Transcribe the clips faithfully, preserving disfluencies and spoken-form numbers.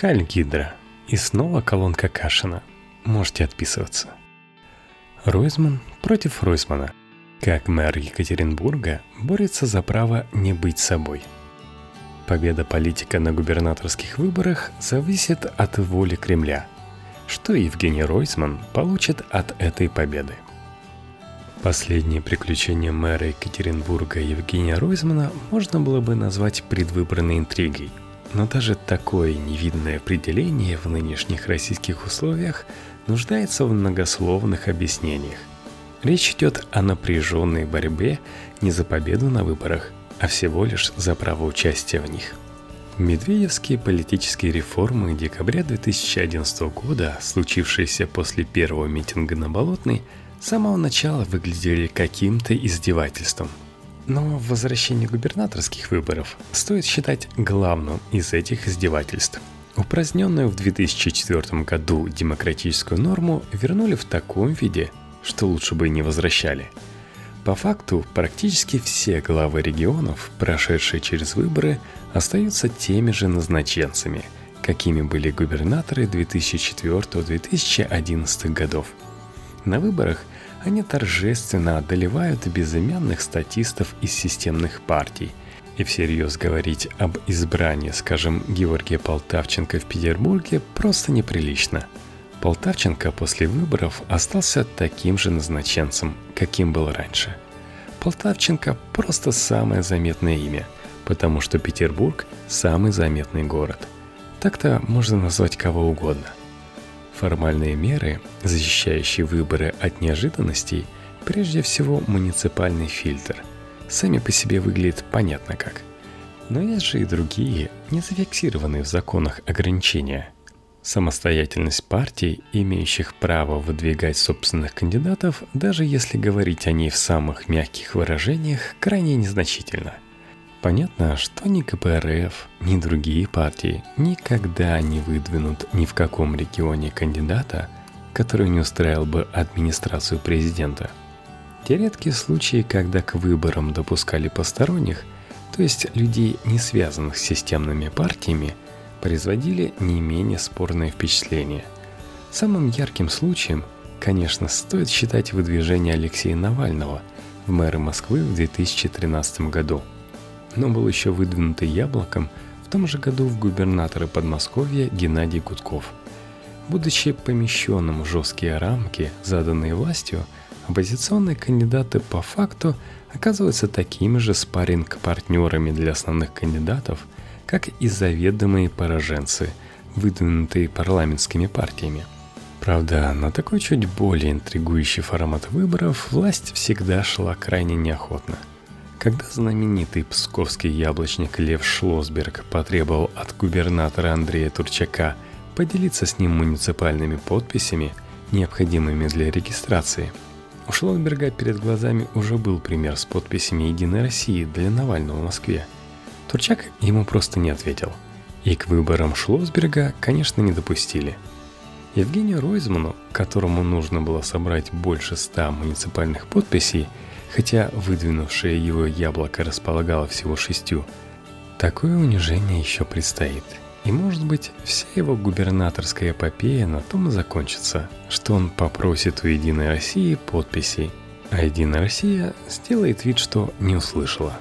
Хайль Гидра. И снова колонка Кашина. Можете отписываться. Ройзман против Ройзмана. Как мэр Екатеринбурга борется за право не быть собой. Победа политика на губернаторских выборах зависит от воли Кремля. Что Евгений Ройзман получит от этой победы? Последние приключения мэра Екатеринбурга Евгения Ройзмана можно было бы назвать предвыборной интригой. Но даже такое невидное определение в нынешних российских условиях нуждается в многословных объяснениях. Речь идет о напряженной борьбе не за победу на выборах, а всего лишь за право участия в них. Медведевские политические реформы декабря две тысячи одиннадцатого года, случившиеся после первого митинга на Болотной, с самого начала выглядели каким-то издевательством. Но возвращение губернаторских выборов стоит считать главным из этих издевательств. Упраздненную в две тысячи четвёртом году демократическую норму вернули в таком виде, что лучше бы и не возвращали. По факту, практически все главы регионов, прошедшие через выборы, остаются теми же назначенцами, какими были губернаторы две тысячи четвёртого - две тысячи одиннадцатого годов. На выборах они торжественно одолевают безымянных статистов из системных партий. И всерьез говорить об избрании, скажем, Георгия Полтавченко в Петербурге просто неприлично. Полтавченко после выборов остался таким же назначенцем, каким был раньше. Полтавченко просто самое заметное имя, потому что Петербург – самый заметный город. Так-то можно назвать кого угодно. Формальные меры, защищающие выборы от неожиданностей, прежде всего муниципальный фильтр, сами по себе выглядят понятно как. Но есть же и другие, не зафиксированные в законах ограничения. Самостоятельность партий, имеющих право выдвигать собственных кандидатов, даже если говорить о ней в самых мягких выражениях, крайне незначительна. Понятно, что ни ка пэ эр эф, ни другие партии никогда не выдвинут ни в каком регионе кандидата, который не устраивал бы администрацию президента. Те редкие случаи, когда к выборам допускали посторонних, то есть людей, не связанных с системными партиями, производили не менее спорное впечатление. Самым ярким случаем, конечно, стоит считать выдвижение Алексея Навального в мэры Москвы в две тысячи тринадцатом году. Но был еще выдвинутый яблоком в том же году в губернаторы Подмосковья Геннадий Гудков. Будучи помещенным в жесткие рамки, заданные властью, оппозиционные кандидаты по факту оказываются такими же спарринг-партнерами для основных кандидатов, как и заведомые пораженцы, выдвинутые парламентскими партиями. Правда, на такой чуть более интригующий формат выборов власть всегда шла крайне неохотно. Когда знаменитый псковский яблочник Лев Шлосберг потребовал от губернатора Андрея Турчака поделиться с ним муниципальными подписями, необходимыми для регистрации, у Шлосберга перед глазами уже был пример с подписями «Единой России» для Навального в Москве. Турчак ему просто не ответил. И к выборам Шлосберга, конечно, не допустили. Евгению Ройзману, которому нужно было собрать больше ста муниципальных подписей, хотя выдвинувшее его яблоко располагало всего шестью, такое унижение еще предстоит. И, может быть, вся его губернаторская эпопея на том и закончится, что он попросит у «Единой России» подписей, а «Единая Россия» сделает вид, что не услышала.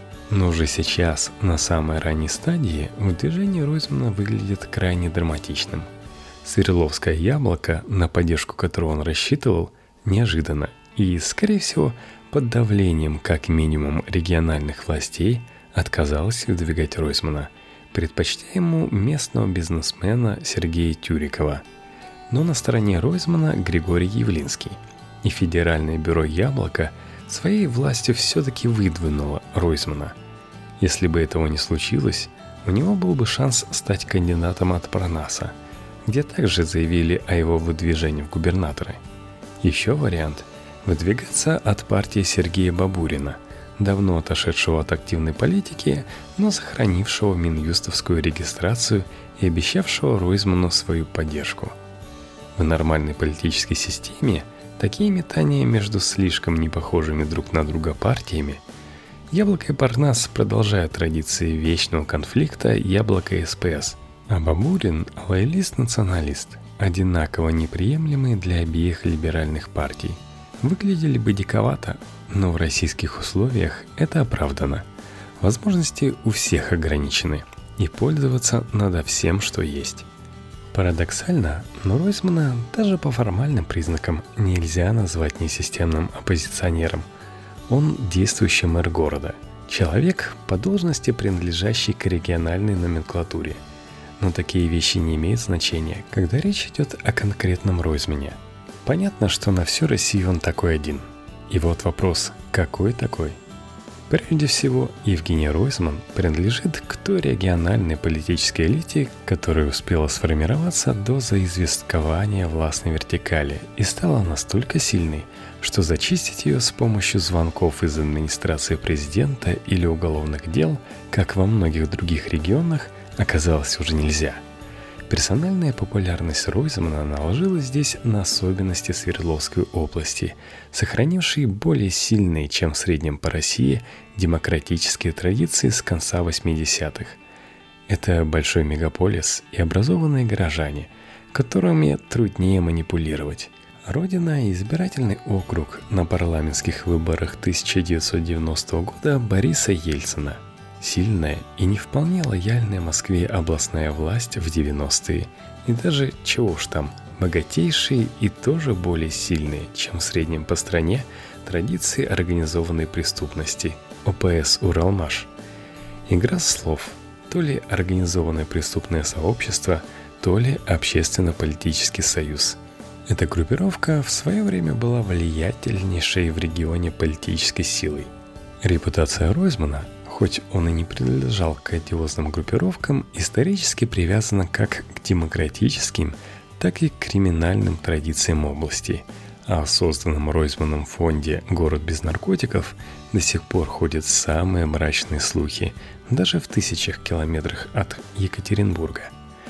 Но уже сейчас, на самой ранней стадии, выдвижение Ройзмана выглядит крайне драматичным. Свердловское яблоко, на поддержку которого он рассчитывал, неожиданно и, скорее всего, под давлением как минимум региональных властей отказалось выдвигать Ройзмана, предпочтя ему местного бизнесмена Сергея Тюрикова. Но на стороне Ройзмана Григорий Явлинский, и Федеральное бюро «Яблоко» своей властью все-таки выдвинуло Ройзмана. Если бы этого не случилось, у него был бы шанс стать кандидатом от Парнаса, где также заявили о его выдвижении в губернаторы. Еще вариант – выдвигаться от партии Сергея Бабурина, давно отошедшего от активной политики, но сохранившего минюстовскую регистрацию и обещавшего Ройзману свою поддержку. В нормальной политической системе такие метания между слишком непохожими друг на друга партиями. Яблоко и Парнас продолжают традиции вечного конфликта Яблоко и эс пэ эс, А Бабурин – лоялист-националист, одинаково неприемлемый для обеих либеральных партий. Выглядели бы диковато, но в российских условиях это оправдано. Возможности у всех ограничены, и пользоваться надо всем, что есть. Парадоксально, но Ройзмана даже по формальным признакам нельзя назвать несистемным оппозиционером. Он действующий мэр города, человек по должности, принадлежащий к региональной номенклатуре. Но такие вещи не имеют значения, когда речь идет о конкретном Ройзмане. Понятно, что на всю Россию он такой один. И вот вопрос, какой такой? Прежде всего, Евгений Ройзман принадлежит к той региональной политической элите, которая успела сформироваться до заизвесткования властной вертикали и стала настолько сильной, что зачистить ее с помощью звонков из администрации президента или уголовных дел, как во многих других регионах, оказалось уже нельзя. Персональная популярность Ройзмана наложилась здесь на особенности Свердловской области, сохранившие более сильные, чем в среднем по России, демократические традиции с конца восьмидесятых. Это большой мегаполис и образованные горожане, которыми труднее манипулировать. Родина и избирательный округ на парламентских выборах тысяча девятьсот девяностого года Бориса Ельцина. Сильная и не вполне лояльная Москве областная власть в девяностые, и даже, чего уж там, богатейшие и тоже более сильные, чем в среднем по стране, традиции организованной преступности, О Пэ Эс «Уралмаш». Игра слов, то ли организованное преступное сообщество, то ли общественно-политический союз. Эта группировка в свое время была влиятельнейшей в регионе политической силой. Репутация Ройзмана, хоть он и не принадлежал к одиозным группировкам, исторически привязана как к демократическим, так и к криминальным традициям области. А в созданном Ройзманом фонде «Город без наркотиков» до сих пор ходят самые мрачные слухи, даже в тысячах километрах от Екатеринбурга.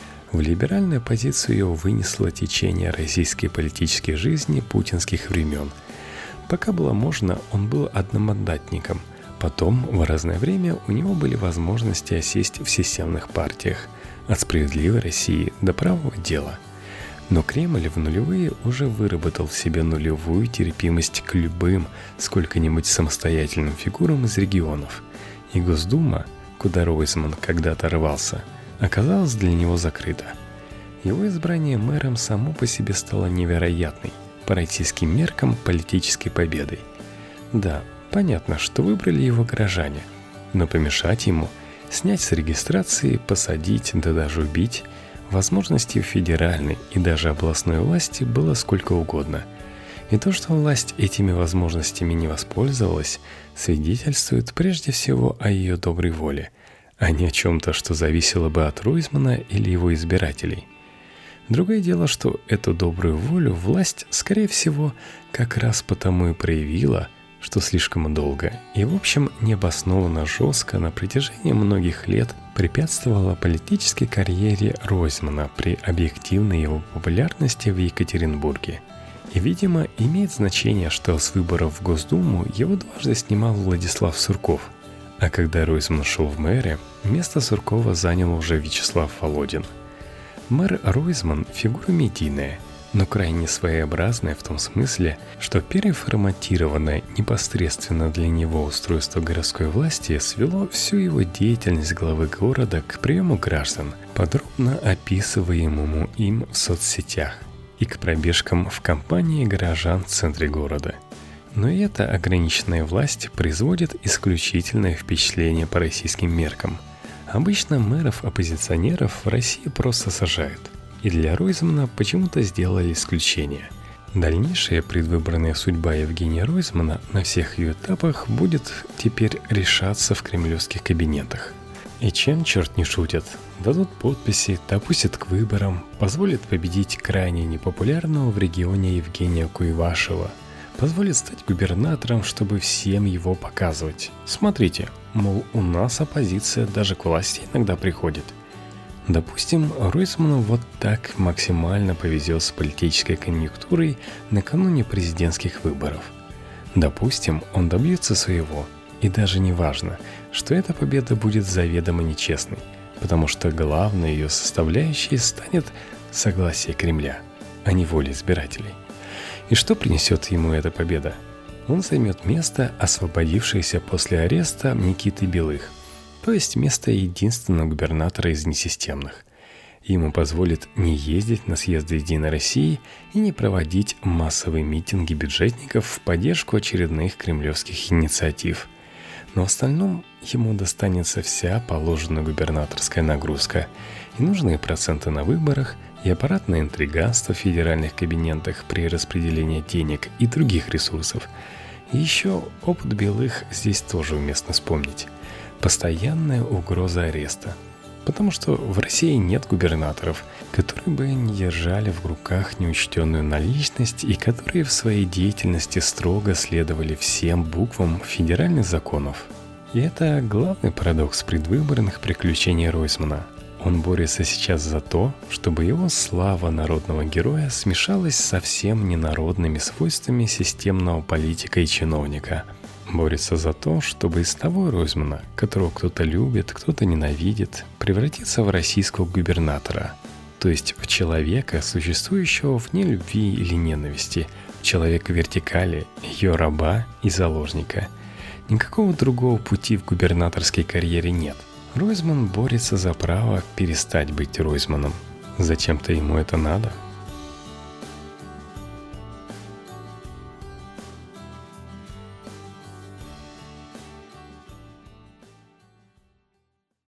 В либеральную позицию его вынесло течение российской политической жизни путинских времен. Пока было можно, он был одномандатником. Потом, в разное время, у него были возможности осесть в системных партиях, от «Справедливой России» до «Правого дела». Но Кремль в нулевые уже выработал в себе нулевую терпимость к любым, сколько-нибудь самостоятельным фигурам из регионов. И Госдума, куда Ройзман когда-то рвался, оказалась для него закрыта. Его избрание мэром само по себе стало невероятной, по российским меркам, политической победой. Да, понятно, что выбрали его горожане, но помешать ему, снять с регистрации, посадить, да даже убить, возможностей у федеральной и даже областной власти было сколько угодно. И то, что власть этими возможностями не воспользовалась, свидетельствует прежде всего о ее доброй воле, а не о чем-то, что зависело бы от Ройзмана или его избирателей. Другое дело, что эту добрую волю власть, скорее всего, как раз потому и проявила, что слишком долго и, в общем, необоснованно жестко на протяжении многих лет препятствовала политической карьере Ройзмана при объективной его популярности в Екатеринбурге. И, видимо, имеет значение, что с выборов в Госдуму его дважды снимал Владислав Сурков, а когда Ройзман шел в мэры, место Суркова занял уже Вячеслав Володин. Мэр Ройзман – фигура медийная, но крайне своеобразное в том смысле, что переформатированное непосредственно для него устройство городской власти свело всю его деятельность главы города к приему граждан, подробно описываемому им в соцсетях, и к пробежкам в компании горожан в центре города. Но и эта ограниченная власть производит исключительное впечатление по российским меркам. Обычно мэров-оппозиционеров в России просто сажают. И для Ройзмана почему-то сделали исключение. Дальнейшая предвыборная судьба Евгения Ройзмана на всех ее этапах будет теперь решаться в кремлевских кабинетах. И чем черт не шутит, дадут подписи, допустят к выборам, позволят победить крайне непопулярного в регионе Евгения Куйвашева, позволят стать губернатором, чтобы всем его показывать. Смотрите, мол, у нас оппозиция даже к власти иногда приходит. Допустим, Ройзману вот так максимально повезет с политической конъюнктурой накануне президентских выборов. Допустим, он добьется своего, и даже не важно, что эта победа будет заведомо нечестной. потому что главной ее составляющей станет согласие Кремля, а не воля избирателей. И что принесет ему эта победа? Он займет место, освободившееся после ареста Никиты Белых, то есть место единственного губернатора из несистемных. Ему позволит не ездить на съезды Единой России и не проводить массовые митинги бюджетников в поддержку очередных кремлевских инициатив. Но в остальном ему достанется вся положенная губернаторская нагрузка и нужные проценты на выборах, и аппаратное интриганство в федеральных кабинетах при распределении денег и других ресурсов. И еще опыт Белых здесь тоже уместно вспомнить. Постоянная угроза ареста. Потому что в России нет губернаторов, которые бы не держали в руках неучтенную наличность и которые в своей деятельности строго следовали всем буквам федеральных законов. И это главный парадокс предвыборных приключений Ройзмана. Он борется сейчас за то, чтобы его слава народного героя смешалась с совсем ненародными свойствами системного политика и чиновника. Борется за то, чтобы из того Ройзмана, которого кто-то любит, кто-то ненавидит, превратиться в российского губернатора, то есть в человека, существующего вне любви или ненависти, в человека вертикали, ее раба и заложника. Никакого другого пути в губернаторской карьере нет. Ройзман борется за право перестать быть Ройзманом. Зачем-то ему это надо.